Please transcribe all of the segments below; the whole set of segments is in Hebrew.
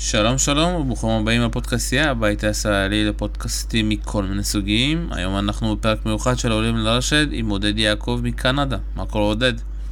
שלום שלום וברוכים הבאים לפודקאסטייה, הבית הישראלי לפודקאסטים מכל מיני סוגים. היום אנחנו בפרק מיוחד של עולים לרשת עם עודד יעקב מקנדה. מה קורה עודד?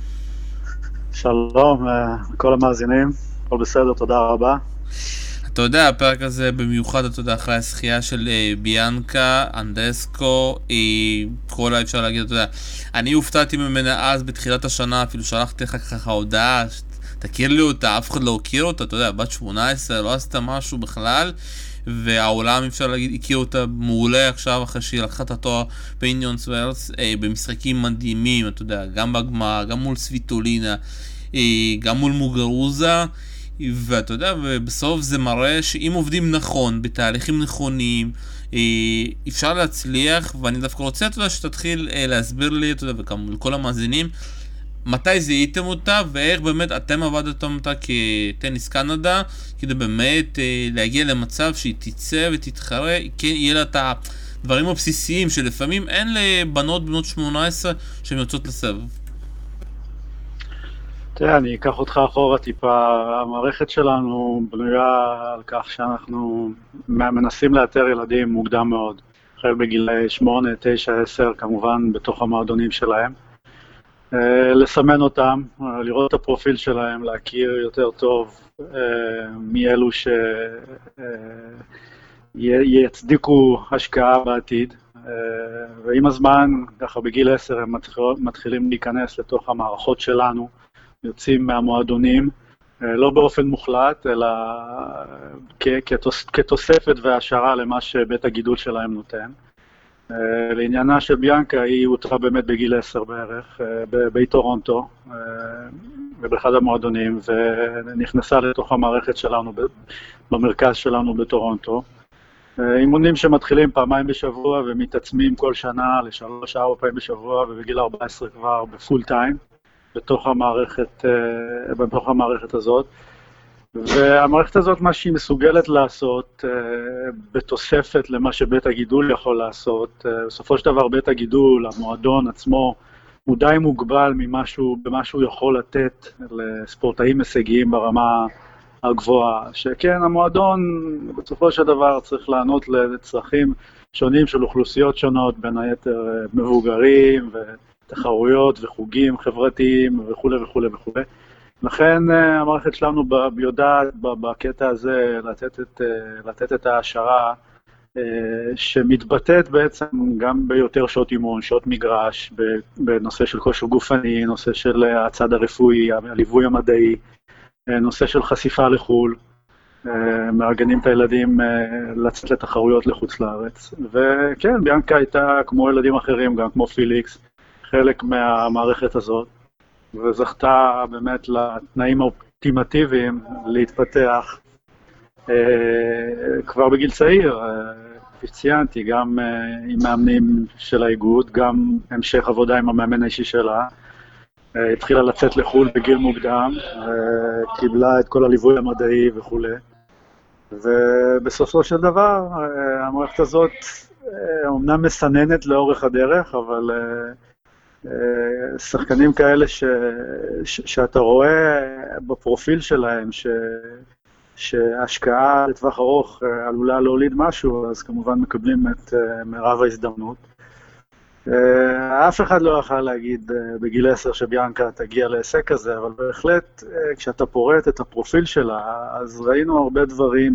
שלום לכל המאזינים, הכל בסדר, תודה רבה. אתה יודע, הפרק הזה במיוחד, אתה יודע, אחרי השחייה של ביאנקה, אנדסקו, כל אפשר להגיד, אתה יודע, אני הופתעתי ממנה אז בתחילת השנה, אפילו שלחתי לך ככה הודעה, תכיר לי אותה, אף אחד לא הכיר אותה, אתה יודע, בת 18, לא עשתה משהו בכלל, והעולם אפשר להגיד, הכיר אותה מעולה עכשיו אחרי שהיא לקחה את התואר באינדיון סוורס, במשחקים מדהימים, אתה יודע, גם בגמר, גם מול סוויטולינה, גם מול מוגרוזה, ואתה יודע, ובסוף זה מראה שאם עובדים נכון, בתהליכים נכונים, אפשר להצליח, ואני דווקא רוצה, אתה יודע, שתתחיל להסביר לי, אתה יודע, וכמו לכל המאזינים, מתי זיהיתם אותה, ואיך באמת אתם עבדתם אותה כטניס קנדה, כדי באמת להגיע למצב שהיא תצא ותתחרה, כן, יהיה לה את הדברים הבסיסיים שלפעמים אין לבנות בנות 18 שהן יוצאות לסבב. תראה, אני אקח אותך אחורה טיפה. המערכת שלנו בנויה על כך שאנחנו מנסים לאתר ילדים מוקדם מאוד, החל בגילי 8, 9, 10, כמובן בתוך המועדונים שלהם. לסמן אותם, לראות את הפרופיל שלהם, להכיר יותר טוב מאלו שיצדיקו השקעה בעתיד. ועם הזמן, ככה בגיל 10 הם מתחילים להיכנס לתוך המערכות שלנו, יוצאים מהמועדונים, לא באופן מוחלט, אלא כתוספת והשערה למה שבית הגידול שלהם נותן. לעניינה של ביאנקה, היא הותרה באמת בגיל 10 בערך, בטורונטו, ובאחד המועדונים, ונכנסה לתוך המערכת שלנו, במרכז שלנו בטורונטו. אימונים שמתחילים פעמיים בשבוע ומתעצמים כל שנה ל3-4 פעמים בשבוע, ובגיל 14 כבר בפול טיים, בתוך המערכת הזאת. והמערכת הזאת, מה שהיא מסוגלת לעשות, בתוספת למה שבית הגידול יכול לעשות, בסופו של דבר בית הגידול, המועדון עצמו, הוא די מוגבל במה שהוא יכול לתת לספורטאים הישגיים ברמה הגבוהה. שכן, המועדון בסופו של דבר צריך לענות לצרכים שונים של אוכלוסיות שונות, בין היתר מבוגרים ותחרויות וחוגים חברתיים וכו' וכו' וכו'. לכן המערכת שלנו יודעת בקטע הזה לתת את ההשערה שמתבטאת בעצם גם ביותר שעות אימון, שעות מגרש, בנושא של כושר גופני, נושא של הצד הרפואי, הליווי המדעי, נושא של חשיפה לחו"ל, מארגנים את הילדים לצאת לתחרויות לחוץ לארץ. וכן, ביאנקה הייתה כמו ילדים אחרים, גם כמו פיליקס, חלק מהמערכת הזאת. וזכתה באמת לתנאים האופטימטיביים להתפתח כבר בגיל צעיר, כפי שציינתי, גם עם מאמנים של האיגוד, גם המשך עבודה עם המאמן האישי שלה. התחילה לצאת לחו"ל בגיל מוקדם, קיבלה את כל הליווי המדעי וכו'. ובסופו של דבר, המערכת הזאת אומנם מסננת לאורך הדרך, אבל שחקנים כאלה שאתה רואה בפרופיל שלהם שההשקעה לטווח ארוך עלולה להוליד משהו, אז כמובן מקבלים את מרב ההזדמנות. אף אחד לא יכול להגיד בגיל 10 שביאנקה תגיע להישג כזה, אבל בהחלט כשאתה פורט את הפרופיל שלה, אז ראינו הרבה דברים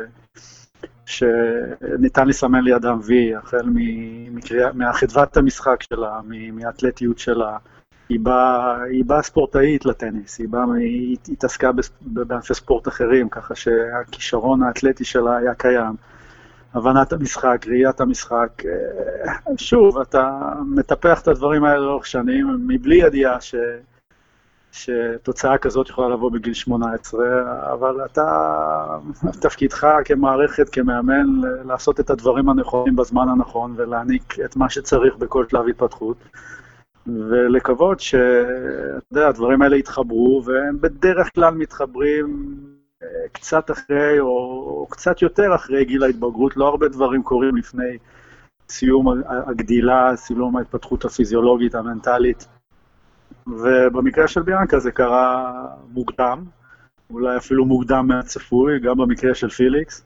שניתן לסמן לידם וי, החל מהחדוות המשחק שלה, מהאתלטיות שלה. היא באה ספורטאית לטניס, היא התעסקה בענפי ספורט אחרים, ככה שהכישרון האתלטי שלה היה קיים. הבנת המשחק, ראיית המשחק. שוב, אתה מטפח את הדברים האלה לאורך שנים, מבלי ידיעה שתוצאה כזאת יכולה לבוא בגיל 18, אבל תפקידך כמערכת, כמאמן, לעשות את הדברים הנכונים בזמן הנכון, ולהעניק את מה שצריך בכל שלב התפתחות, ולקוות שהדברים האלה יתחברו, והם בדרך כלל מתחברים קצת אחרי, או קצת יותר אחרי גיל ההתבגרות. לא הרבה דברים קורים לפני סיום הגדילה, סיום ההתפתחות הפיזיולוגית, המנטלית, ובמקרה של ביאנקה זה קרה מוקדם, אולי אפילו מוקדם מהצפוי, גם במקרה של פיליקס.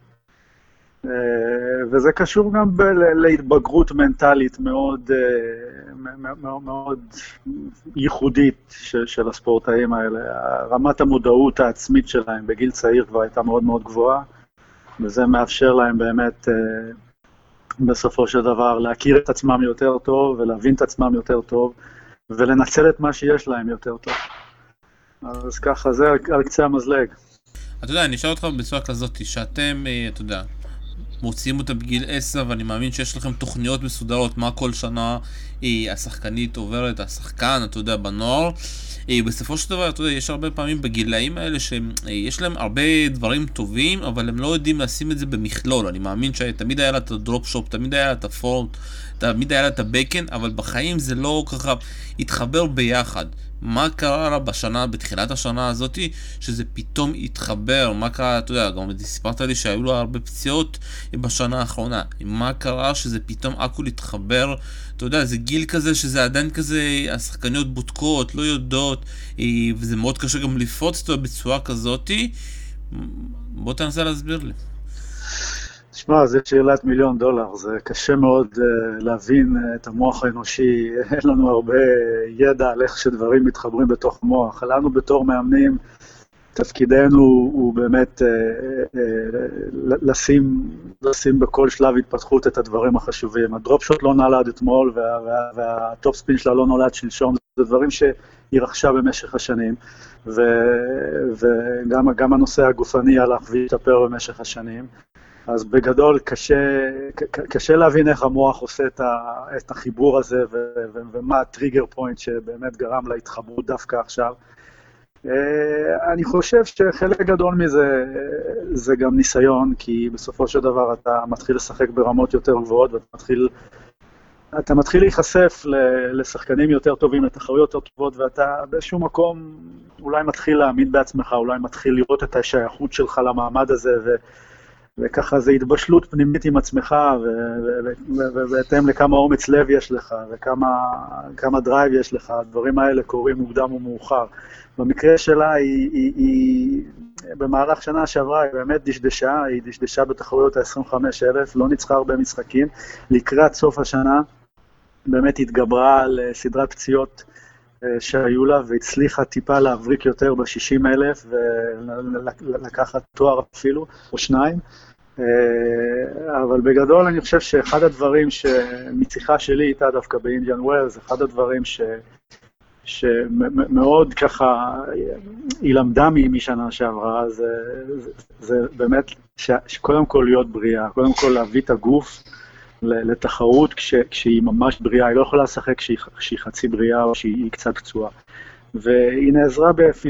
וזה קשור גם להתבגרות מנטלית מאוד, מאוד ייחודית של הספורטאים האלה. רמת המודעות העצמית שלהם בגיל צעיר כבר הייתה מאוד מאוד גבוהה, וזה מאפשר להם באמת בסופו של דבר להכיר את עצמם יותר טוב ולהבין את עצמם יותר טוב ולנצל את מה שיש להם יותר טוב. אז ככה, זה על קצה המזלג. אתה יודע, אני אשאל אותך בצורה כזאת, שאתם, אתה יודע, מוציאים אותה בגיל 10, ואני מאמין שיש לכם תוכניות מסודרות, מה כל שנה השחקנית עוברת, השחקן, אתה יודע, בנוער. בסופו של דבר, אתה יודע, יש הרבה פעמים בגילאים האלה שיש להם הרבה דברים טובים, אבל הם לא יודעים לשים את זה במכלול. אני מאמין שתמיד היה לה את הדרופ שופ, תמיד היה לה את הפורט, תמיד היה לה את הבקן, אבל בחיים זה לא ככה התחבר ביחד. מה קרה לה בתחילת השנה הזאת, שזה פתאום התחבר? מה קרה, אתה יודע, גם סיפרת לי שהיו לה הרבה פציעות בשנה האחרונה. מה קרה שזה פתאום הכל התחבר? אתה יודע, זה גיל כזה שזה עדיין כזה, השחקניות בודקות, לא יודעות, וזה מאוד קשה גם לפרוץ אותו בצורה כזאת. בוא תנסה להסביר לי. תשמע, זה שאלת $1,000,000, זה קשה מאוד להבין את המוח האנושי, אין לנו הרבה ידע על איך שדברים מתחברים בתוך המוח. לנו בתור מאמנים, תפקידנו הוא באמת לשים בכל שלב התפתחות את הדברים החשובים. הדרופשוט לא נולד אתמול, והטופ ספין שלה לא נולד שלשום, זה דברים שהיא רכשה במשך השנים, וגם הנושא הגופני הלך והשתפר במשך השנים. אז בגדול קשה להבין איך המוח עושה את החיבור הזה, ומה הטריגר פוינט שבאמת גרם להתחברות דווקא עכשיו. אני חושב שחלק גדול מזה זה גם ניסיון, כי בסופו של דבר אתה מתחיל לשחק ברמות יותר גבוהות, ואתה מתחיל להיחשף לשחקנים יותר טובים, לתחרויות יותר טובות, ואתה באיזשהו מקום אולי מתחיל להאמין בעצמך, אולי מתחיל לראות את השייכות שלך למעמד הזה, וככה זה התבשלות פנימית עם עצמך, ובהתאם לכמה אומץ לב יש לך, וכמה דרייב יש לך, הדברים האלה קורים מוקדם ומאוחר. במקרה שלה, היא במהלך שנה שעברה, היא באמת דשדשה בתחרויות ה-25,000, לא ניצחה הרבה משחקים. לקראת סוף השנה, באמת התגברה על סדרת פציעות שהיו לה, והצליחה טיפה להבריק יותר ב-60,000, ולקחת תואר אפילו, או שניים. אבל בגדול אני חושב שאחד הדברים שמציחה שלי איתה דווקא באינדיאן ווילס, אחד הדברים שמאוד ככה היא למדה משנה שעברה, זה באמת שקודם כל להיות בריאה, קודם כל להביא את הגוף לתחרות כשהיא ממש בריאה, היא לא יכולה לשחק כשהיא חצי בריאה או שהיא קצת פצועה. והיא נעזרה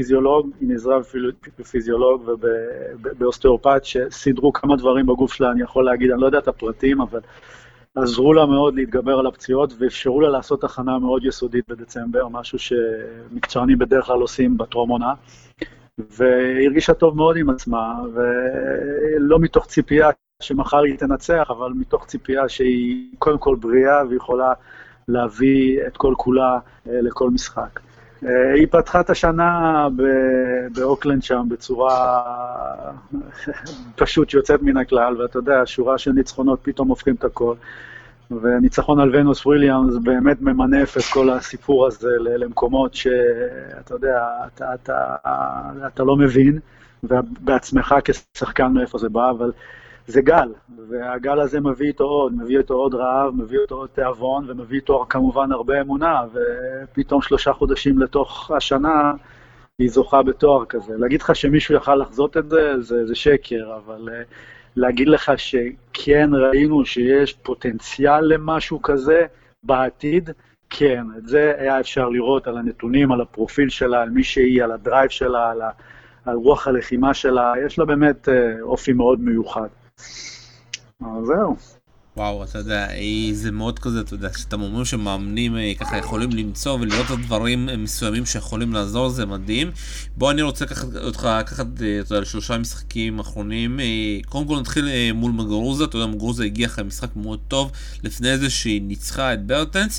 בפיזיולוג ובאוסטאופט שסידרו כמה דברים בגוף שלה, אני יכול להגיד, אני לא יודע את הפרטים, אבל עזרו לה מאוד להתגבר על הפציעות ואפשרו לה לעשות הכנה מאוד יסודית בדצמבר, משהו שמקצוענים בדרך כלל עושים בטרום עונה, והיא הרגישה טוב מאוד עם עצמה, ולא מתוך ציפייה שמחר היא תנצח, אבל מתוך ציפייה שהיא קודם כל בריאה ויכולה להביא את כל כולה לכל משחק. היא פתחה את השנה באוקלנד שם בצורה פשוט יוצאת מן הכלל, ואתה יודע, שורה של ניצחונות פתאום הופכים את הכל, וניצחון על ונוס וויליאמס באמת ממנף את כל הסיפור הזה למקומות שאתה יודע, אתה לא מבין, ובעצמך כשחקן מאיפה זה בא, אבל זה גל, והגל הזה מביא איתו עוד רעב, מביא איתו עוד תיאבון, ומביא איתו כמובן הרבה אמונה, ופתאום 3 חודשים לתוך השנה היא זוכה בתואר כזה. להגיד לך שמישהו יכל לחזות את זה, זה שקר, אבל להגיד לך שכן ראינו שיש פוטנציאל למשהו כזה בעתיד, כן, את זה היה אפשר לראות על הנתונים, על הפרופיל שלה, על מי שהיא, על הדרייב שלה, על רוח הלחימה שלה, יש לה באמת אופי מאוד מיוחד. זהו. וואו, אתה יודע, זה מאוד כזה, אתה יודע, שאתם אומרים שמאמנים ככה יכולים למצוא ולראות את דברים מסוימים שיכולים לעזור, זה מדהים. בוא, אני רוצה לקחת 3 משחקים אחרונים. קודם כל נתחיל מול מוגרוזה, אתה יודע, מוגרוזה הגיע אחרי משחק מאוד טוב, לפני זה שהיא ניצחה את ברטנס,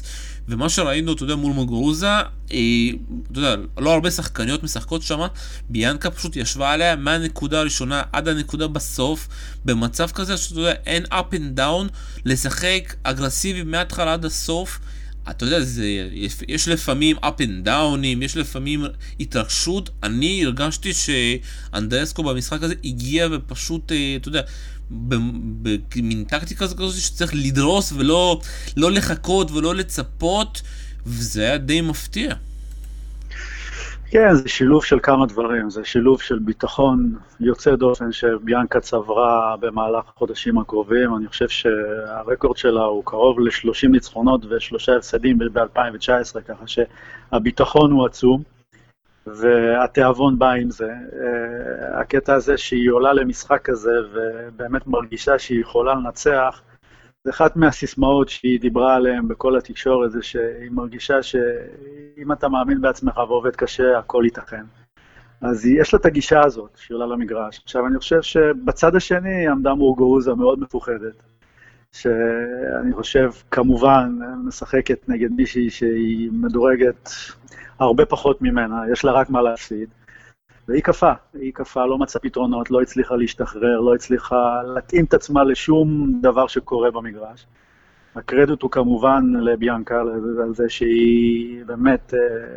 ומה שראינו, אתה יודע, מול מוגרוזה, אתה יודע, לא הרבה שחקניות משחקות שמה, ביאנקה פשוט ישבה עליה מהנקודה הראשונה עד הנקודה בסוף, במצב כזה שאתה יודע, אין up and down, לשחק אגרסיבי מההתחלה עד הסוף, אתה יודע, יש לפעמים up and down'ים, יש לפעמים התרגשות. אני הרגשתי שאנדרסקו במשחק הזה הגיע ופשוט, אתה יודע, במין טקטיקה כזאת שצריך לדרוס ולא לחכות ולא לצפות, וזה היה די מפתיע. כן, זה שילוב של כמה דברים, זה שילוב של ביטחון יוצא דופן שביאנקה צברה במהלך החודשים הקרובים. אני חושב שהרקורד שלה הוא קרוב ל-30 ניצחונות ו3 הפסדים ב-2019, ככה שהביטחון הוא עצום, והתיאבון בא עם זה. הקטע הזה שהיא עולה למשחק כזה ובאמת מרגישה שהיא יכולה לנצח, זה אחת מהסיסמאות שהיא דיברה עליהן בכל התקשורת, זה שהיא מרגישה שאם אתה מאמין בעצמך ועובד קשה, הכל ייתכן. אז יש לה את הגישה הזאת, שהיא עולה למגרש. עכשיו, אני חושב שבצד השני עמדה מוגרוזה מאוד מפוחדת, שאני חושב, כמובן, משחקת נגד מישהי שהיא מדורגת הרבה פחות ממנה, יש לה רק מה להפסיד. והיא קפה, לא מצאה פתרונות, לא הצליחה להשתחרר, לא הצליחה להתאים את עצמה לשום דבר שקורה במגרש. הקרדיט הוא כמובן לביאנקה, על זה שהיא באמת,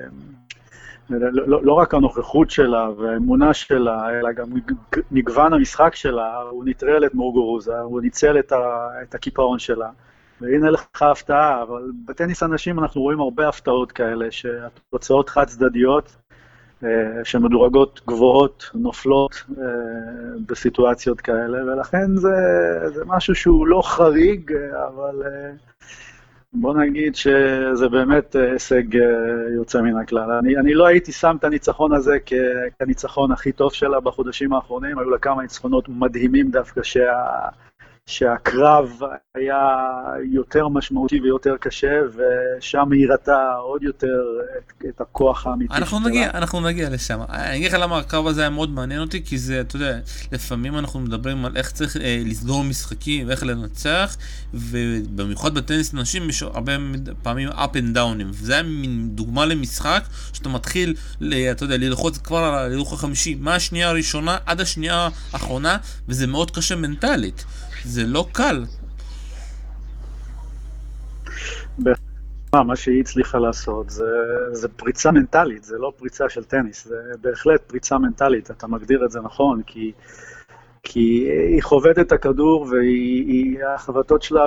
לא רק הנוכחות שלה והאמונה שלה, אלא גם מגוון המשחק שלה, הוא נטרל את מוגרוזה, הוא ניצל את הקיפאון שלה. והנה לך הפתעה, אבל בטניס אנשים אנחנו רואים הרבה הפתעות כאלה, שהתוצאות חד צדדיות, שמדורגות גבוהות נופלות בסיטואציות כאלה, ולכן זה משהו שהוא לא חריג, אבל בוא נגיד שזה באמת הישג יוצא מן הכלל. אני לא הייתי שם את הניצחון הזה כניצחון הכי טוב שלה בחודשים האחרונים, היו לה כמה ניצחונות מדהימים דווקא שהקרב היה יותר משמעותי ויותר קשה, ושם היא הראתה עוד יותר את הכוח האמיתי שלה. אנחנו נגיע לשם. אני אגיד לך למה הקרב הזה היה מאוד מעניין אותי, כי זה, אתה יודע, לפעמים אנחנו מדברים על איך צריך לסגור משחקים ואיך לנצח, ובמיוחד בטניס נשים יש הרבה פעמים up and down'ים, וזה היה מין דוגמה למשחק שאתה מתחיל, אתה יודע, ללחוץ כבר על ההילוך החמישי, מהשנייה הראשונה עד השנייה האחרונה, וזה מאוד קשה מנטלית. זה לא קל. מה שהיא הצליחה לעשות זה פריצה מנטלית, זה לא פריצה של טניס, זה בהחלט פריצה מנטלית, אתה מגדיר את זה נכון, כי היא חובדת את הכדור, והחבטות שלה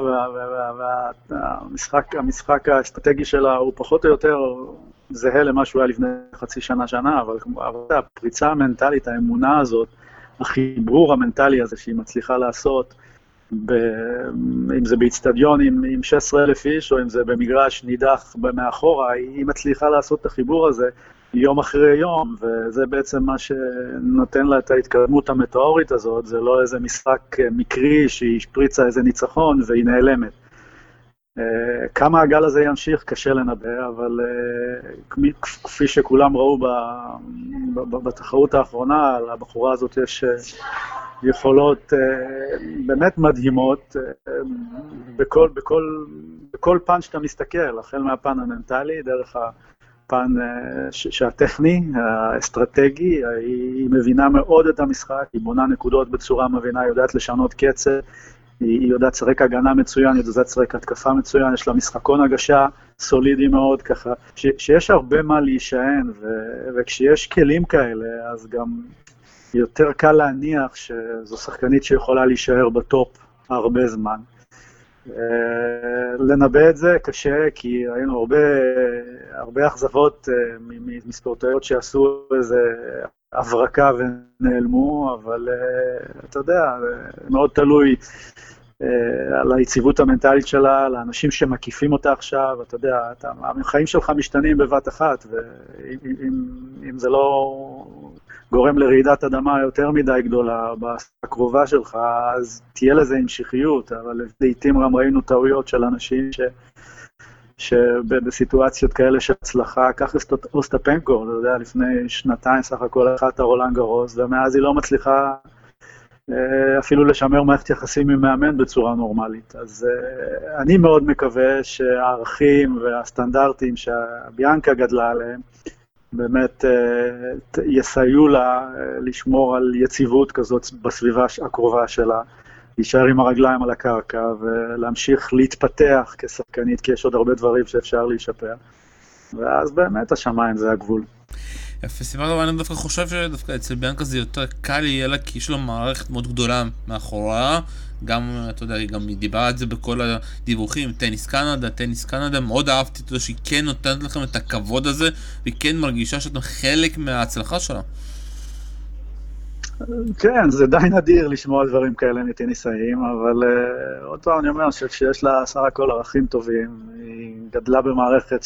והמשחק האסטרטגי שלה הוא פחות או יותר זהה למה שהוא היה לפני חצי שנה, אבל הפריצה המנטלית, האמונה הזאת, החיבור המנטלי הזה שהיא מצליחה לעשות, אם זה באצטדיון עם 16,000 איש, או אם זה במגרש נידח מאחורה, היא מצליחה לעשות את החיבור הזה יום אחרי יום, וזה בעצם מה שנותן לה את ההתקדמות המטאורית הזאת, זה לא איזה משחק מקרי שהיא שפריצה איזה ניצחון והיא נעלמת. כמה הגל הזה ימשיך קשה לנבא, אבל כפי שכולם ראו בתחרות האחרונה, לבחורה הזאת יש יכולות באמת מדהימות בכל פן שאתה מסתכל, החל מהפן המנטלי, דרך הפן שהטכני, האסטרטגי, היא מבינה מאוד את המשחק, היא בונה נקודות בצורה מבינה, היא יודעת לשנות קצב, היא יודעת לשחק הגנה מצוין, היא יודעת לשחק התקפה מצוין, יש לה משחקון הגשה סולידי מאוד ככה, שיש הרבה מה להישען, וכשיש כלים כאלה, אז גם יותר קל להניח שזו שחקנית שיכולה להישאר בטופ הרבה זמן. לנבא את זה קשה, כי ראינו הרבה אכזבות מספורטאיות שעשו איזה הברקה ונעלמו, אבל אתה יודע, מאוד תלוי על היציבות המנטלית שלה, לאנשים שמקיפים אותה עכשיו, אתה יודע, החיים שלך משתנים בבת אחת, ואם זה לא גורם לרעידת אדמה יותר מדי גדולה בקרובה שלך, אז תהיה לזה המשכיות, אבל לעתים גם ראינו טעויות של אנשים שבסיטואציות כאלה של הצלחה, כך אוסטפנקו, אתה יודע, לפני שנתיים סך הכל אחת הרולנד גרוס, ומאז היא לא מצליחה אפילו לשמר מערכת יחסים עם מאמן בצורה נורמלית. אז אני מאוד מקווה שהערכים והסטנדרטים שביאנקה גדלה עליהם, באמת יסייעו לה לשמור על יציבות כזאת בסביבה הקרובה שלה, להישאר עם הרגליים על הקרקע ולהמשיך להתפתח כשחקנית, כי יש עוד הרבה דברים שאפשר להישפר. ואז באמת השמיים זה הגבול. יפה, סיפרת, אבל אני דווקא חושב שדווקא אצל ביאנקה זה יותר קל יהיה לה, כי יש לה מערכת מאוד גדולה מאחורה, גם, אתה יודע, גם היא דיברה את זה בכל הדיווחים, טניס קנדה, מאוד אהבתי, אתה יודע, שהיא כן נותנת לכם את הכבוד הזה, והיא כן מרגישה שאתם חלק מההצלחה שלה. כן, זה די נדיר לשמוע דברים כאלה מטניסאים, אבל עוד פעם אני אומר שיש לה סך הכל ערכים טובים, היא גדלה במערכת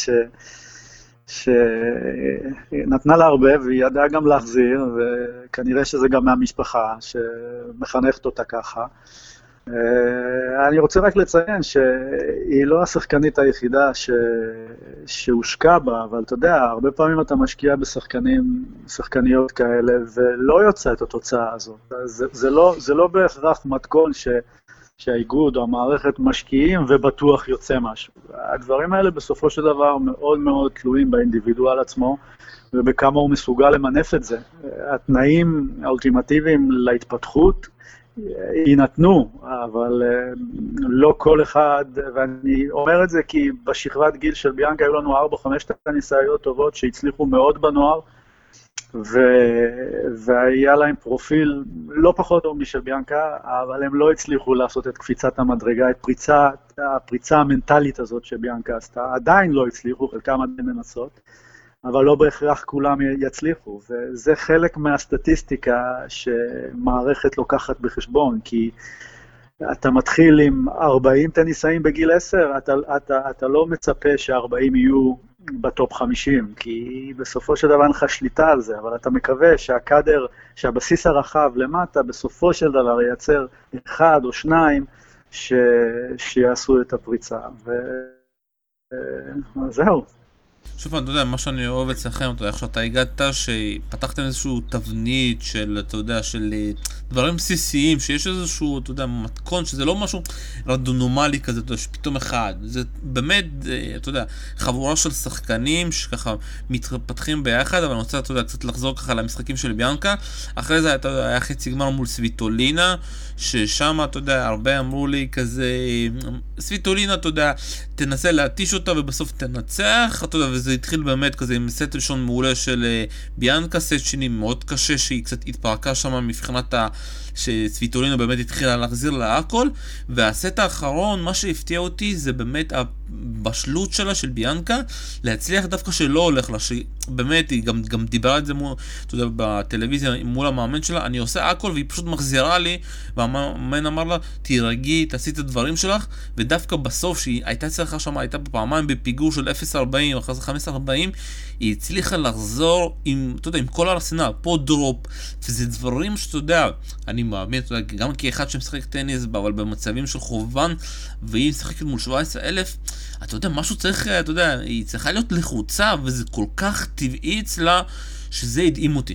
שנתנה לה הרבה, והיא ידעה גם להחזיר, וכנראה שזה גם מהמשפחה שמחנכת אותה ככה. אני רוצה רק לציין שהיא לא השחקנית היחידה שהושקע בה, אבל אתה יודע, הרבה פעמים אתה משקיע בשחקניות כאלה, ולא יוצא את התוצאה הזאת. זה לא בהכרח מתכון שהאיגוד או המערכת משקיעים ובטוח יוצא משהו. הדברים האלה בסופו של דבר מאוד מאוד תלויים באינדיבידואל עצמו, ובכמה הוא מסוגל למנף את זה. התנאים האולטימטיביים להתפתחות יינתנו, אבל לא כל אחד, ואני אומר את זה כי בשכבת גיל של ביאנקה היו לנו 4-5 טניסאיות טובות שהצליחו מאוד בנוער, והיה להם פרופיל לא פחות טוב משל ביאנקה, אבל הם לא הצליחו לעשות את קפיצת המדרגה, את הפריצה המנטלית הזאת שביאנקה עשתה, עדיין לא הצליחו, חלקם עדיין מנסות, אבל לא בהכרח כולם יצליחו, וזה חלק מהסטטיסטיקה שמערכת לוקחת בחשבון, כי אתה מתחיל עם 40 טניסאים בגיל 10, אתה לא מצפה ש40 יהיו בטופ 50, כי בסופו של דבר אין לך שליטה על זה, אבל אתה מקווה שהבסיס הרחב למטה, בסופו של דבר ייצר אחד או שניים שיעשו את הפריצה, וזהו. שוב פעם, אתה יודע, מה שאני אוהב אצלכם, אתה יודע, איך שאתה הגעת, שפתחתם איזשהו תבנית של, אתה יודע, של דברים בסיסיים, שיש איזשהו, אתה יודע, מתכון, שזה לא משהו רנדומלי כזה, אתה יודע, שפתאום אחד. זה באמת, אתה יודע, חבורה של שחקנים שככה מתפתחים ביחד, אבל אני רוצה, אתה יודע, קצת לחזור ככה למשחקים של ביאנקה. אחרי זה, אתה יודע, היה חצי גמר מול סוויטולינה, ששם, אתה יודע, הרבה אמרו לי כזה, סוויטולינה, אתה יודע, תנסה להתיש אותה ובסוף תנצח, אתה יודע, וזה התחיל באמת כזה עם סט ראשון מעולה של ביאנקה, סט שני מאוד קשה שהיא קצת התפרקה שם מבחינת שסוויטולינה באמת התחילה להחזיר לה הכל, והסט האחרון, מה שהפתיע אותי זה באמת הבשלות שלה של ביאנקה, להצליח דווקא שלא הולך לה, שבאמת היא גם דיברה את זה אתה יודע, בטלוויזיה מול המאמן שלה, אני עושה הכל והיא פשוט מחזירה לי, והמאמן אמר לה, תירגעי, תעשי את הדברים שלך, ודווקא בסוף שהיא הייתה צריכה שם, הייתה פעמיים בפיגור של 0.40, אחרי זה 5.40, היא הצליחה לחזור עם, אתה יודע, עם כל הארסנל, פה דרופ, וזה דברים שאתה יודע, אני מאמין, אתה יודע, גם כאחד שמשחק טניס, אבל במצבים של חובן, והיא משחקת מול 17,000, אתה יודע, משהו צריך, אתה יודע, היא צריכה להיות לחוצה, וזה כל כך טבעי אצלה, שזה הדהים אותי.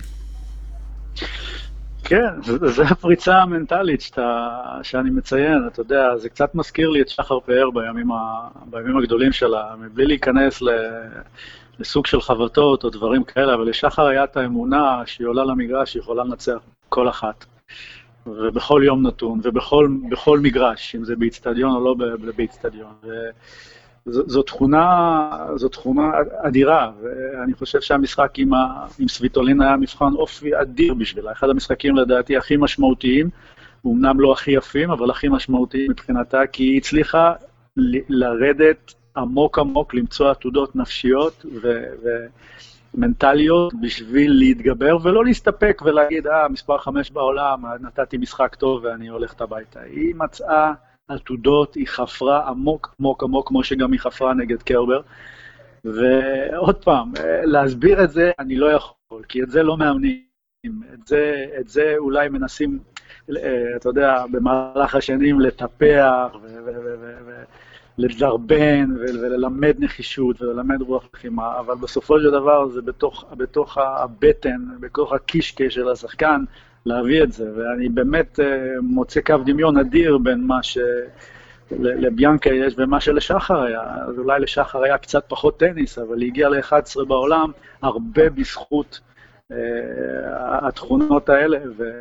כן, זה הפריצה המנטלית שאני מציין, אתה יודע, זה קצת מזכיר לי את שחר פאר בימים הגדולים שלה, מבלי להיכנס לסוג של חבטות או דברים כאלה, אבל לשחר היה את האמונה שהיא עולה למגרש, שהיא יכולה לנצח כל אחת, ובכל יום נתון, ובכל מגרש, אם זה באצטדיון או לא באצטדיון, זו תכונה אדירה, ואני חושב שהמשחק עם סוויטולינה היה מבחן אופי אדיר בשבילה, אחד המשחקים לדעתי הכי משמעותיים, אומנם לא הכי יפים, אבל הכי משמעותיים מבחינתה, כי היא הצליחה לרדת עמוק עמוק, למצוא עתודות נפשיות ומנטליות בשביל להתגבר, ולא להסתפק ולהגיד, מספר 5 בעולם, נתתי משחק טוב ואני הולכת הביתה. היא מצאה עתודות, היא חפרה עמוק עמוק עמוק, כמו שגם היא חפרה נגד קרבר, ועוד פעם, להסביר את זה אני לא יכול, כי את זה לא מאמנים, את זה אולי מנסים, אתה יודע, במהלך השנים לטפח ולדרבן וללמד נחישות וללמד רוח לחימה, אבל בסופו של דבר זה בתוך הבטן, בתוך הקישקע של השחקן, להביא את זה, ואני באמת מוצא קו דמיון אדיר בין מה לביאנקה יש ומה שלשחר היה. אז אולי לשחר היה קצת פחות טניס, אבל היא הגיעה ל-11 בעולם, הרבה בזכות התכונות האלה,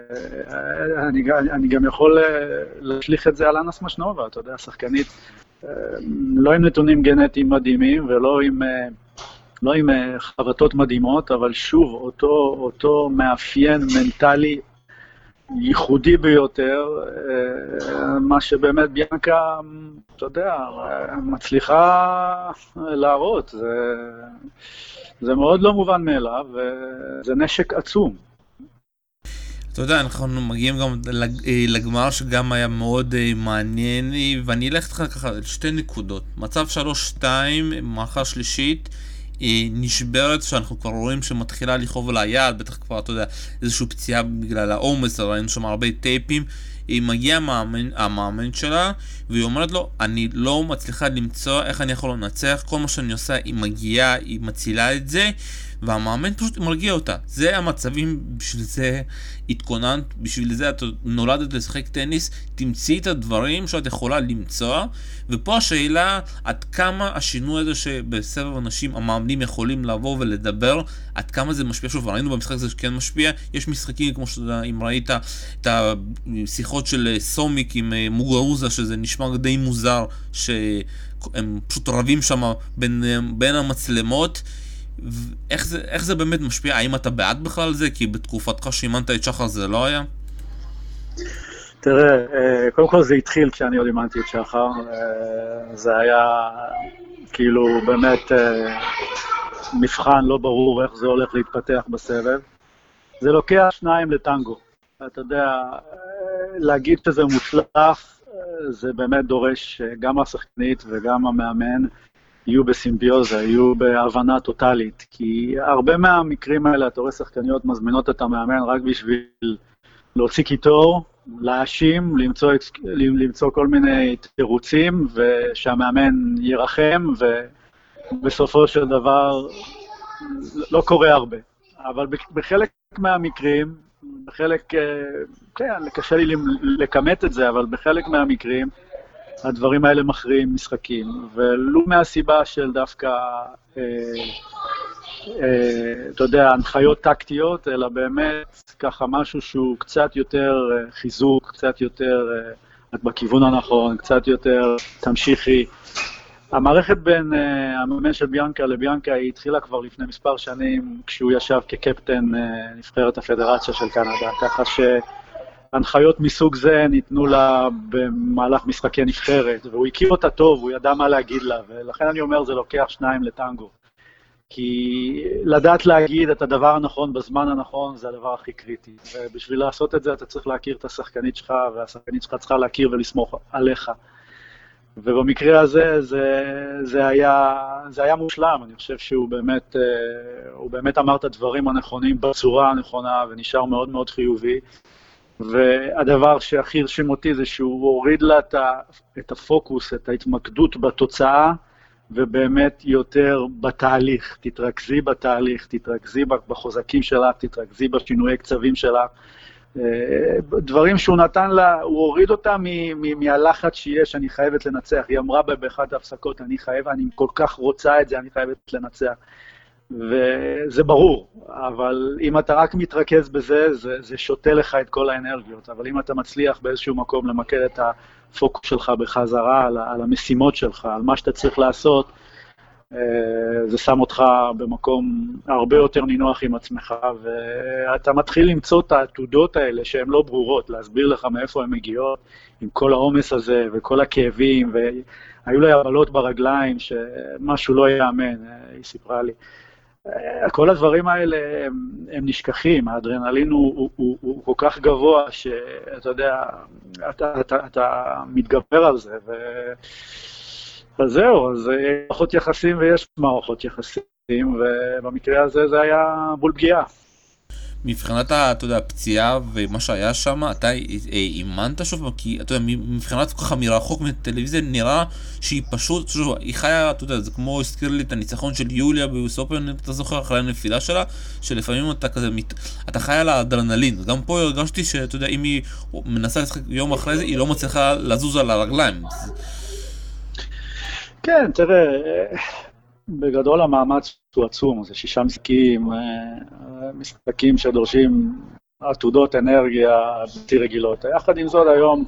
ואני גם יכול להשליך את זה על אנה סמשנובה, אתה יודע, שחקנית, לא עם נתונים גנטיים מדהימים, ולא עם חבטות מדהימות, אבל שוב, אותו מאפיין מנטלי ייחודי ביותר, מה שבאמת ביאנקה, אתה יודע, מצליחה להראות. זה מאוד לא מובן מאליו, וזה נשק עצום. אתה יודע, אנחנו מגיעים גם לגמר שגם היה מאוד מעניין, ואני אלך איתך ככה על שתי נקודות. מצב 3-2, מערכה שלישית, נשברת שאנחנו כבר רואים שמתחילה לכאוב על היד, בטח כבר, אתה יודע, איזושהי פציעה בגלל העומס, ראינו שם הרבה טייפים. היא מגיעה המאמן שלה, והיא אומרת לו, אני לא מצליחה למצוא איך אני יכול לנצח, כל מה שאני עושה, היא מגיעה, היא מצילה את זה, והמאמן פשוט מרגיע אותה. זה המצבים, בשביל זה התכוננת, בשביל זה את נולדת לשחק טניס, תמצאי את הדברים שאת יכולה למצוא, ופה השאלה, עד כמה השינוי הזה שבסבב אנשים המאמנים יכולים לבוא ולדבר, עד כמה זה משפיע. שוב, ראינו במשחק הזה שכן משפיע, יש משחקים כמו שאתה יודע, אם ראית את השיחות של סומיק עם מוגרוזה, שזה נשמע די מוזר, שהם פשוט רבים שם בין המצלמות, איך זה באמת משפיע? האם אתה בעד בכלל זה? כי בתקופתך שאימנת את שחר זה לא היה? תראה, קודם כל זה התחיל כשאני עוד אימנתי את שחר, זה היה כאילו באמת מבחן לא ברור איך זה הולך להתפתח בסבב. זה לוקח שניים לטנגו. אתה יודע, להגיד שזה מוצלח, זה באמת דורש גם השחקנית וגם המאמן יהיו בסימביוזה, יהיו בהבנה טוטלית, כי הרבה מהמקרים האלה, אתה רואה שחקניות מזמינות את המאמן רק בשביל להוציא קיטור, להאשים, למצוא כל מיני תירוצים, ושהמאמן ירחם, ובסופו של דבר לא קורה הרבה. אבל בחלק מהמקרים, כן, קשה לי לקמת את זה, אבל בחלק מהמקרים, הדברים האלה מכריעים משחקים, ולא מהסיבה של דווקא, אתה יודע, הנחיות טקטיות, אלא באמת ככה משהו שהוא קצת יותר חיזוק, קצת יותר את בכיוון הנכון, קצת יותר תמשיכי. המערכת בין המאמן של ביאנקה לביאנקה היא התחילה כבר לפני מספר שנים, כשהוא ישב כקפטן נבחרת הפדרציה של קנדה, ככה הנחיות מסוג זה ניתנו לה במהלך משחקי נבחרת, והוא הכיר אותה טוב, הוא ידע מה להגיד לה, ולכן אני אומר, זה לוקח שניים לטנגו. כי לדעת להגיד את הדבר הנכון בזמן הנכון, זה הדבר הכי קריטי. ובשביל לעשות את זה, אתה צריך להכיר את השחקנית שלך, והשחקנית שלך צריכה להכיר ולסמוך עליך. ובמקרה הזה, זה היה מושלם. אני חושב שהוא באמת אמר את הדברים הנכונים בצורה הנכונה, ונשאר מאוד מאוד חיובי. והדבר שהכי הרשים אותי זה שהוא הוריד לה את הפוקוס, את ההתמקדות בתוצאה, ובאמת יותר בתהליך. תתרכזי בתהליך, תתרכזי בחוזקים שלך, תתרכזי בשינויי קצבים שלך. דברים שהוא נתן לה, הוא הוריד אותה מהלחץ שיש, אני חייבת לנצח. היא אמרה באחת ההפסקות, אני כל כך רוצה את זה, אני חייבת לנצח. וזה ברור, אבל אם אתה רק מתרכז בזה, זה שותה לך את כל האנרגיות, אבל אם אתה מצליח באיזשהו מקום למקד את הפוקוס שלך בחזרה, על המשימות שלך, על מה שאתה צריך לעשות, זה שם אותך במקום הרבה יותר נינוח עם עצמך, ואתה מתחיל למצוא את העתודות האלה שהן לא ברורות, להסביר לך מאיפה הן מגיעות, עם כל העומס הזה וכל הכאבים, והיו לה יבלות ברגליים שמשהו לא יאמן, היא סיפרה לי. כל הדברים האלה הם נשכחים, האדרנלין הוא כל כך גבוה שאתה יודע, אתה מתגבר על זה, אז זהו, אז יש מערכות יחסים ויש מערכות יחסים, ובמקרה הזה זה היה בול פגיעה. מבחינת, אתה יודע, הפציעה ומה שהיה שם, אתה אימנת שוב? כי, אתה יודע, מבחינת ככה מרחוק מטלוויזיה, נראה שהיא פשוט, שוב, היא חיה, אתה יודע, זה כמו הזכיר לי את הניצחון של יוליה ביוס אופן, אתה זוכר, אחרי הנפילה שלה, שלפעמים אתה כזה, אתה חי על האדרנלין. גם פה הרגשתי שאתה יודע, אם היא מנסה לשחק יום אחרי זה, היא לא מצליחה לזוז על הרגליים. כן, תראה, בגדול המאמץ הוא עצום, זה 6 משחקים, משחקים שדורשים עתודות אנרגיה בלתי רגילות. יחד עם זאת היום,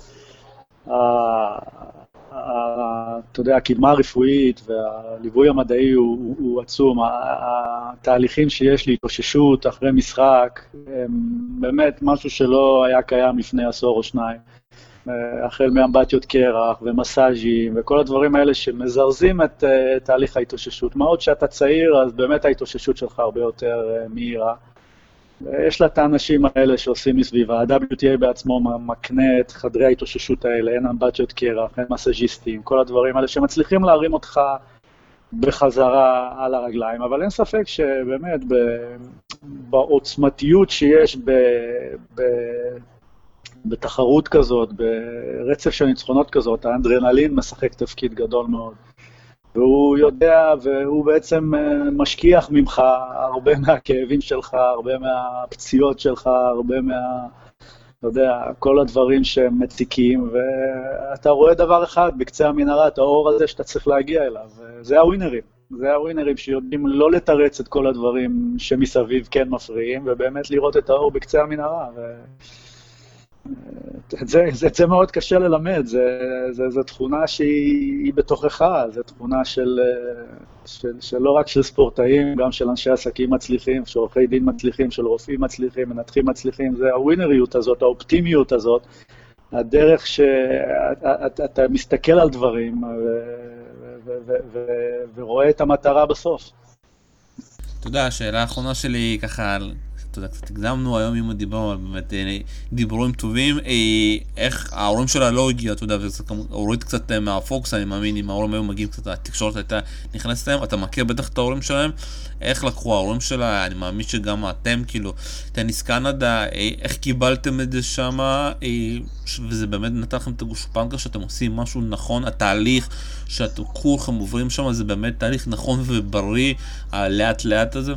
אתה יודע, הקדמה הרפואית והליווי המדעי הוא עצום. התהליכים שיש להתאוששות אחרי משחק, הם באמת משהו שלא היה קיים לפני עשור או שניים. החל מאמבטיות קרח ומסאז'ים וכל הדברים האלה שמזרזים את תהליך ההתאוששות. מה עוד שאתה צעיר, אז באמת ההתאוששות שלך הרבה יותר מהירה. יש לה את האנשים האלה שעושים מסביבה. ה-WTA בעצמו מקנה את חדרי ההתאוששות האלה, אין אמבטיות קרח, אין מסאז'יסטים, כל הדברים האלה שמצליחים להרים אותך בחזרה על הרגליים. אבל אין ספק שבאמת בעוצמתיות שיש בתחרות כזאת, ברצף של ניצחונות כזאת, האדרנלין משחק תפקיד גדול מאוד. והוא יודע, והוא בעצם משכיח ממך הרבה מהכאבים שלך, הרבה מהפציעות שלך, הרבה אתה יודע, כל הדברים שהם מציקים, ואתה רואה דבר אחד בקצה המנהרה, את האור הזה שאתה צריך להגיע אליו. זה הווינרים. זה הווינרים שיודעים לא לתרץ את כל הדברים שמסביב כן מפריעים, ובאמת לראות את האור בקצה המנהרה. זה מאוד קשה ללמד, זו תכונה שהיא בתוכך, זו תכונה של לא רק של ספורטאים, גם של אנשי עסקים מצליחים, של עורכי דין מצליחים, של רופאים מצליחים, מנתחים מצליחים, זה הווינריות הזאת, האופטימיות הזאת, הדרך שאתה מסתכל על דברים ורואה את המטרה בסוף. אתה יודע, השאלה האחרונה שלי ככה, אתה יודע, קצת הקדמנו היום עם הדיבור, אבל באמת דיבורים טובים, איך ההורים שלה לא הגיע, אתה יודע, וזה הוריד קצת מהפוקס, אני מאמין, אם ההורים היו מגיעים קצת, התקשורת הייתה נכנסת להם, אתה מכיר בטח את ההורים שלהם, איך לקחו ההורים שלה, אני מאמין שגם אתם, כאילו, טניס קנדה, איך קיבלתם את זה שמה, וזה באמת נתן לכם את הגושפנקה שאתם עושים משהו נכון, התהליך שאתם כולכם עוברים שם, זה באמת תהליך נכון ובריא, לאט לאט הזה?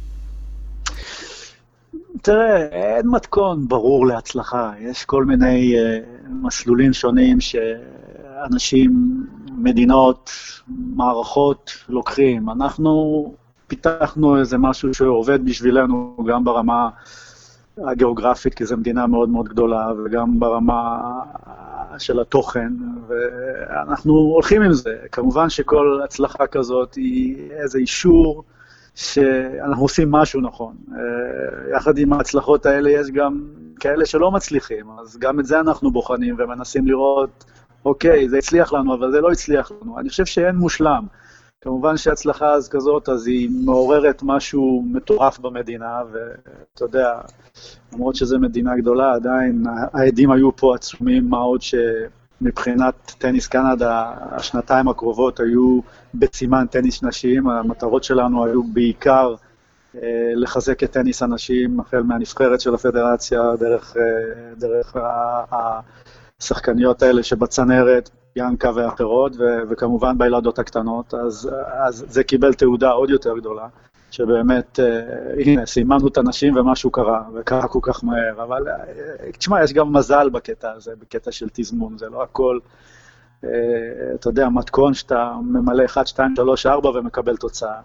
תראה, אין מתכון ברור להצלחה, יש כל מיני מסלולים שונים שאנשים, מדינות, מערכות לוקחים. אנחנו פיתחנו איזה משהו שעובד בשבילנו גם ברמה הגיאוגרפית, כי זו מדינה מאוד מאוד גדולה, וגם ברמה של התוכן, ואנחנו הולכים עם זה. כמובן שכל הצלחה כזאת היא איזה אישור, שאנחנו עושים משהו נכון. יחד עם ההצלחות האלה יש גם כאלה שלא מצליחים, אז גם את זה אנחנו בוחנים ומנסים לראות, אוקיי, זה הצליח לנו, אבל זה לא הצליח לנו. אני חושב שאין מושלם. כמובן שהצלחה אז כזאת, אז היא מעוררת משהו מטורף במדינה, ואתה יודע, למרות שזו מדינה גדולה, עדיין העדים היו פה עצומים, מה עוד מבחינת טניס קנדה, השנתיים הקרובות היו בסימן טניס נשים, המטרות שלנו היו בעיקר לחזק את טניס הנשים, החל מהנבחרת של הפדרציה, דרך השחקניות האלה שבצנרת, ינקה ואחרות, וכמובן בילדות הקטנות, אז זה קיבל תעודה עוד יותר גדולה, שבאמת, הנה, סימנו את הנשים ומשהו קרה, וקרה כל כך מהר, אבל תשמע, יש גם מזל בקטע הזה, בקטע של תזמון, זה לא הכל, אתה יודע, מתכון שאתה ממלא 1, 2, 3, 4 ומקבל תוצאה.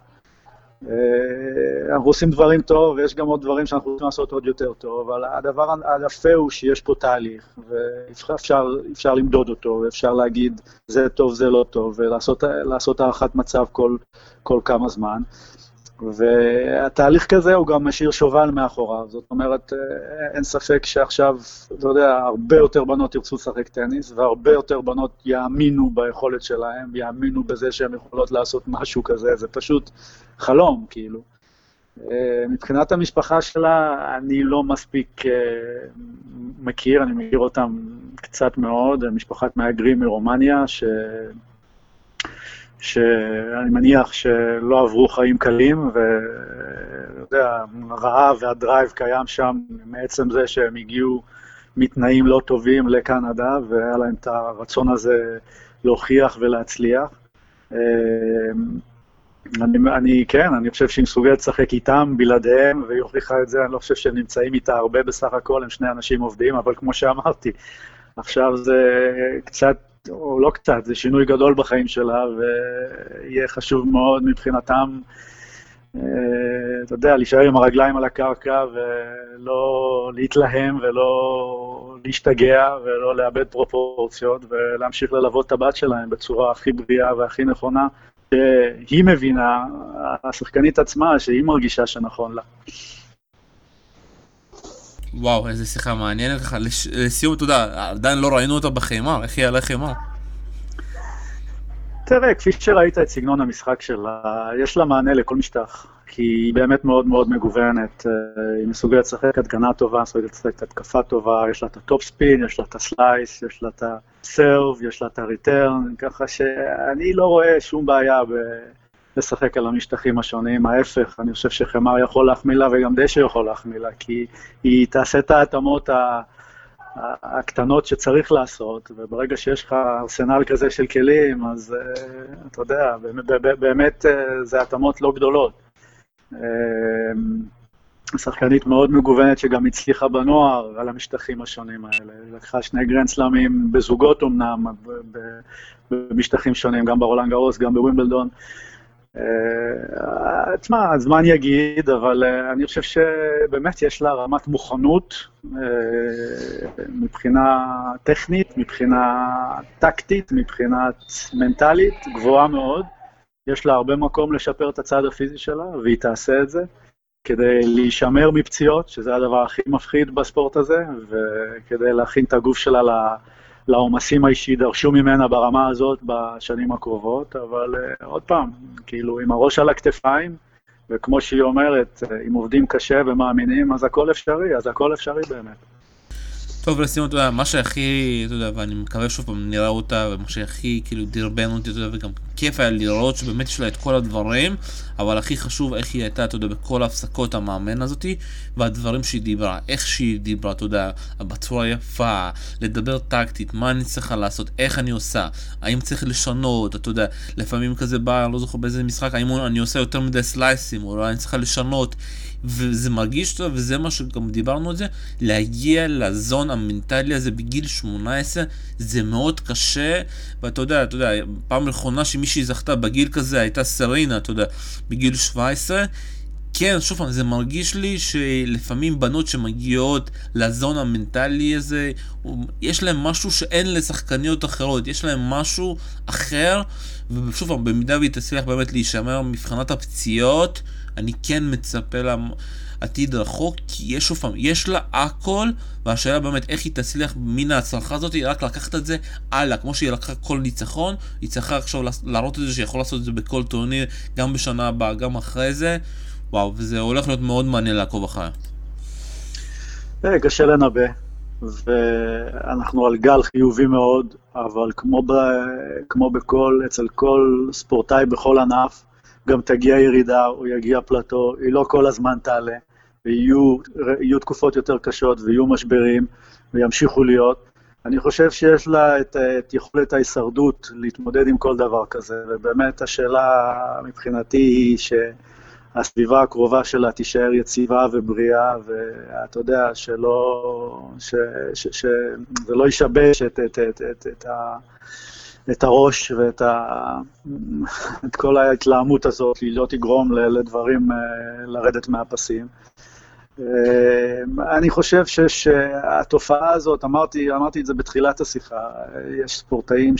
אנחנו עושים דברים טוב, ויש גם עוד דברים שאנחנו רוצים לעשות עוד יותר טוב, אבל הדבר היפה הוא שיש פה תהליך, ואפשר למדוד אותו, ואפשר להגיד, זה טוב, זה לא טוב, ולעשות הערכת מצב כל כמה זמן. והתהליך כזה הוא גם משאיר שובל מאחוריו, זאת אומרת, אין ספק שעכשיו, אתה יודע, הרבה יותר בנות ירצו לשחק טניס, והרבה יותר בנות יאמינו ביכולת שלהם, יאמינו בזה שהן יכולות לעשות משהו כזה, זה פשוט חלום, כאילו. מבחינת המשפחה שלה, אני לא מספיק מכיר, אני מכיר אותם קצת מאוד, משפחת מהגרים מרומניה, שאני מניח שלא עברו חיים קלים, יודע, הרעב והדרייב קיים שם, מעצם זה שהם הגיעו מתנאים לא טובים לקנדה, והיה להם את הרצון הזה להוכיח ולהצליח. אני חושב שהיא מסוגלת לשחק איתם, בלעדיהם, והיא הוכיחה את זה, אני לא חושב שהם נמצאים איתה הרבה בסך הכל, הם שני אנשים עובדים, אבל כמו שאמרתי, עכשיו זה קצת, או לא קצת, זה שינוי גדול בחיים שלה, ויהיה חשוב מאוד מבחינתם, אתה יודע, להישאר עם הרגליים על הקרקע, ולא להתלהם, ולא להשתגע, ולא לאבד פרופורציות, ולהמשיך ללוות את הבת שלהם בצורה הכי בריאה והכי נכונה, שהיא מבינה, השחקנית עצמה, שהיא מרגישה שנכון לה. וואו, איזה שיחה מעניינת לך. לסיום, אתה יודע, עדיין לא ראינו אותה בחימה, איך היא על החימה? תראה, כפי שראית את סגנון המשחק שלה, יש לה מענה לכל משטח, כי היא באמת מאוד מאוד מגוונת, היא מסוגלת לשחק הגנה טובה, מסוגלת לשחק התקפה טובה, יש לה את הטופ ספין, יש לה את הסלייס, יש לה את הסרב, יש לה את הריטרן, ככה שאני לא רואה שום בעיה לשחק על המשטחים השונים, ההפך, אני חושב שחמר יכול להחמיא לה וגם דשא יכול להחמיא לה, כי היא תעשה את ההתאמות הקטנות שצריך לעשות, וברגע שיש לך ארסנל כזה של כלים, אז אתה יודע, באמת זה התאמות לא גדולות. שחקנית מאוד מגוונת שגם הצליחה בנוער על המשטחים השונים האלה. לקחה 2 גרנד סלאמים בזוגות אמנם, במשטחים שונים, גם ברולאן גארוס, גם בווימבלדון. תשמע, הזמן יגיד, אבל אני חושב שבאמת יש לה רמת מוכנות מבחינה טכנית, מבחינה טקטית, מבחינה מנטלית, גבוהה מאוד. יש לה הרבה מקום לשפר את הצד הפיזי שלה, והיא תעשה את זה, כדי להישמר מפציעות, שזה הדבר הכי מפחיד בספורט הזה, וכדי להכין את הגוף שלה לעומסים האישי, דרשו ממנה ברמה הזאת בשנים הקרובות, אבל עוד פעם, כאילו עם הראש על הכתפיים, וכמו שהיא אומרת, אם עובדים קשה ומאמינים, אז הכל אפשרי באמת. טוב, לסיום, אתה יודע, מה שהכי, אתה יודע, ואני מקווה שוב פעם נראה אותה, ומה שהכי כאילו דרבן אותי, אתה יודע, וגם כיף היה לראות שבאמת יש לה את כל הדברים, אבל הכי חשוב איך היא הייתה, אתה יודע, בכל ההפסקות המאמן הזאתי, והדברים שהיא דיברה, איך שהיא דיברה, אתה יודע, בצורה יפה, לדבר טקטית, מה אני צריכה לעשות, איך אני עושה, האם צריך לשנות, אתה יודע, לפעמים כזה בא, לא זוכר באיזה משחק, האם אני עושה יותר מדי סלייסים, או אני צריכה לשנות, וזה מרגיש טוב, וזה מה שגם דיברנו על זה, להגיע לזון המנטלי הזה בגיל 18, זה מאוד קשה, ואתה יודע, פעם האחרונה שמישהי זכתה בגיל כזה, הייתה סרינה, אתה יודע, בגיל 17, כן, שוב, זה מרגיש לי שלפעמים בנות שמגיעות לזון המנטלי הזה, יש להם משהו שאין לשחקניות אחרות, יש להם משהו אחר, ושוב, במידה והיא תצליח באמת להישמר מבחינת הפציעות, אני כן מצפה לעתיד רחוק, כי יש שוב פעם, יש לה הכל, והשאלה באמת איך היא תצליח מן ההצלחה הזאת, היא רק לקחת את זה הלאה, כמו שהיא לקחה כל ניצחון, היא צריכה עכשיו להראות את זה שיכול לעשות את זה בכל טורניר, גם בשנה הבאה, גם אחרי זה, וואו, וזה הולך להיות מאוד מעניין לעקוב אחריה. קשה לנבא, ואנחנו על גל חיובי מאוד, אבל כמו אצל כל ספורטאי בכל ענף, גם תגיע ירידה, או יגיע פלטו, היא לא כל הזמן תעלה, ויהיו תקופות יותר קשות, ויהיו משברים, וימשיכו להיות. אני חושב שיש לה את יכולת ההישרדות להתמודד עם כל דבר כזה, ובאמת השאלה מבחינתי היא שהסביבה הקרובה שלה תישאר יציבה ובריאה, ואתה יודע שזה לא ישבש את הראש ואת כל ההתלהמות הזאת, היא לא תגרום לדברים לרדת מהפסים. אני חושב שהתופעה הזאת, אמרתי את זה בתחילת השיחה, יש ספורטאים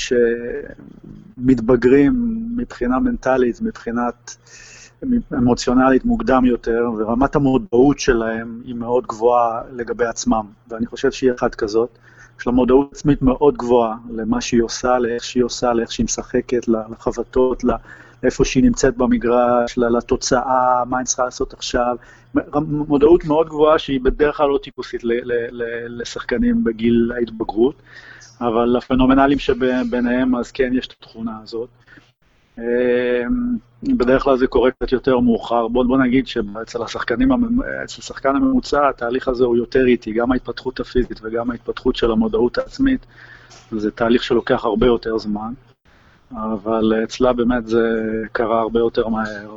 שמתבגרים מבחינה מנטלית, מבחינת אמוציונלית מוקדם יותר, ורמת המודעות שלהם היא מאוד גבוהה לגבי עצמם, ואני חושב שהיא אחת כזאת. יש לה מודעות עצמית מאוד גבוהה למה שהיא עושה, לאיך שהיא עושה, לאיך שהיא משחקת, לחבטות, לאיפה שהיא נמצאת במגרש, לתוצאה, מה היא צריכה לעשות עכשיו. מודעות מאוד גבוהה שהיא בדרך כלל לא טיפוסית לשחקנים בגיל ההתבגרות, אבל הפנומנלים שביניהם אז כן יש את התכונה הזאת. בדרך כלל זה קורה קצת יותר מאוחר. בוא נגיד שאצל השחקן הממוצע, התהליך הזה הוא יותר איטי, גם ההתפתחות הפיזית וגם ההתפתחות של המודעות העצמית, זה תהליך שלוקח הרבה יותר זמן, אבל אצלה באמת זה קרה הרבה יותר מהר,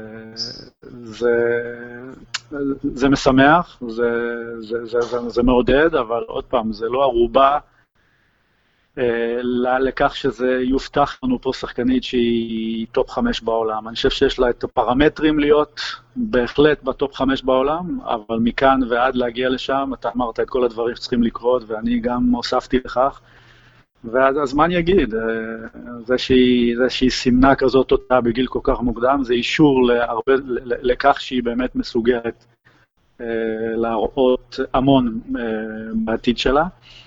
וזה משמח, זה מעודד, אבל עוד פעם, זה לא ערובה לכך שזה יובטח לנו פה שחקנית שהיא טופ 5 בעולם. אני חושב שיש לה את הפרמטרים להיות בהחלט בטופ 5 בעולם, אבל מכאן ועד להגיע לשם, אתה אמרת את כל הדברים שצריכים לקרות, ואני גם הוספתי לכך, ואז הזמן יגיד, זה שהיא סימנה כזאת אותה בגיל כל כך מוקדם, זה אישור לכך שהיא באמת מסוגלת להראות המון בעתיד שלה.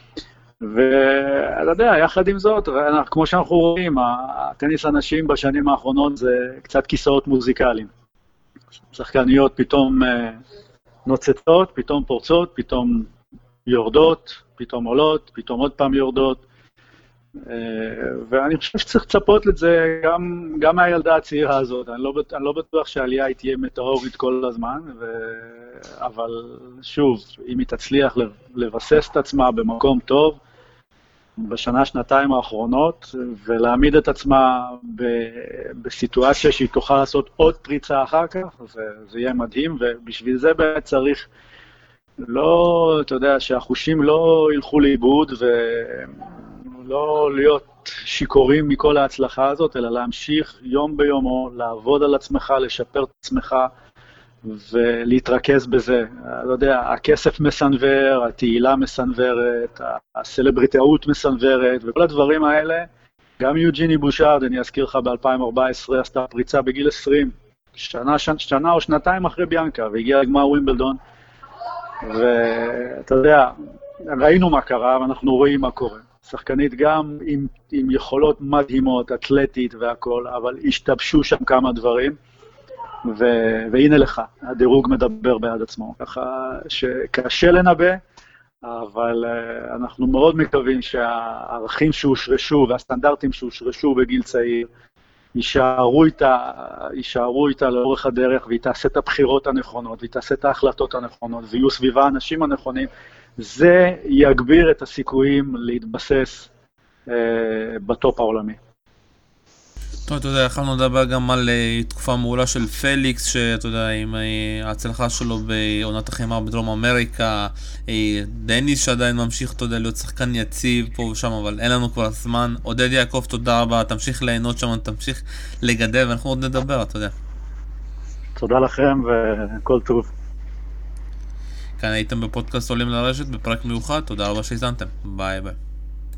ואתה יודע, יחד עם זאת, כמו שאנחנו רואים, הטניס הנשים בשנים האחרונות זה קצת כיסאות מוזיקליים. שחקניות פתאום נוצצות, פתאום פורצות, פתאום יורדות, פתאום עולות, פתאום עוד פעם יורדות. ואני חושב שצריך לצפות לזה גם מהילדה הצעירה הזאת. אני לא בטוח שהעלייה היא תהיה מטאורית כל הזמן, אבל שוב, אם היא תצליח לבסס את עצמה במקום טוב, בשנה, שנתיים האחרונות, ולהעמיד את עצמה בסיטואציה שהיא תוכל לעשות עוד פריצה אחר כך, זה יהיה מדהים, ובשביל זה באמת צריך לא, אתה יודע, שהחושים לא ילכו לאיבוד, ולא להיות שיכורים מכל ההצלחה הזאת, אלא להמשיך יום ביומו, לעבוד על עצמך, לשפר את עצמך, ולהתרכז בזה. לא יודע, הכסף מסנבר, התהילה מסנברת, הסלבריטאות מסנברת, וכל הדברים האלה, גם יוג'יני בושארד, אני אזכיר לך, ב-2014 עשתה פריצה בגיל 20, שנה או שנתיים אחרי ביאנקה, והגיעה לגמר ווימבלדון, ואתה יודע, ראינו מה קרה, ואנחנו רואים מה קורה. שחקנית גם עם יכולות מדהימות, אתלטית והכל, אבל השתבשו שם כמה דברים, והנה לך, הדירוג מדבר בעד עצמו, ככה שקשה לנבא, אבל אנחנו מאוד מקווים שהערכים שהושרשו והסטנדרטים שהושרשו בגיל צעיר יישארו איתה לאורך הדרך, והיא תעשה את הבחירות הנכונות, והיא תעשה את ההחלטות הנכונות, ויהיו סביבה האנשים הנכונים. זה יגביר את הסיכויים להתבסס בטופ העולמי. טוב, אתה יודע, יכולנו לדבר גם על תקופה מעולה של פליקס, שאתה יודע, עם ההצלחה שלו בעונת החימה בדרום אמריקה, דניס שעדיין ממשיך, אתה יודע, להיות שחקן יציב פה ושם, אבל אין לנו כבר זמן. עודד יעקב, תודה רבה, תמשיך ליהנות שם, תמשיך לגדל, ואנחנו עוד נדבר, אתה יודע. תודה לכם וכל טוב. כאן הייתם בפודקאסט עולים לרשת, בפרק מיוחד, תודה רבה שהזנתם, ביי ביי.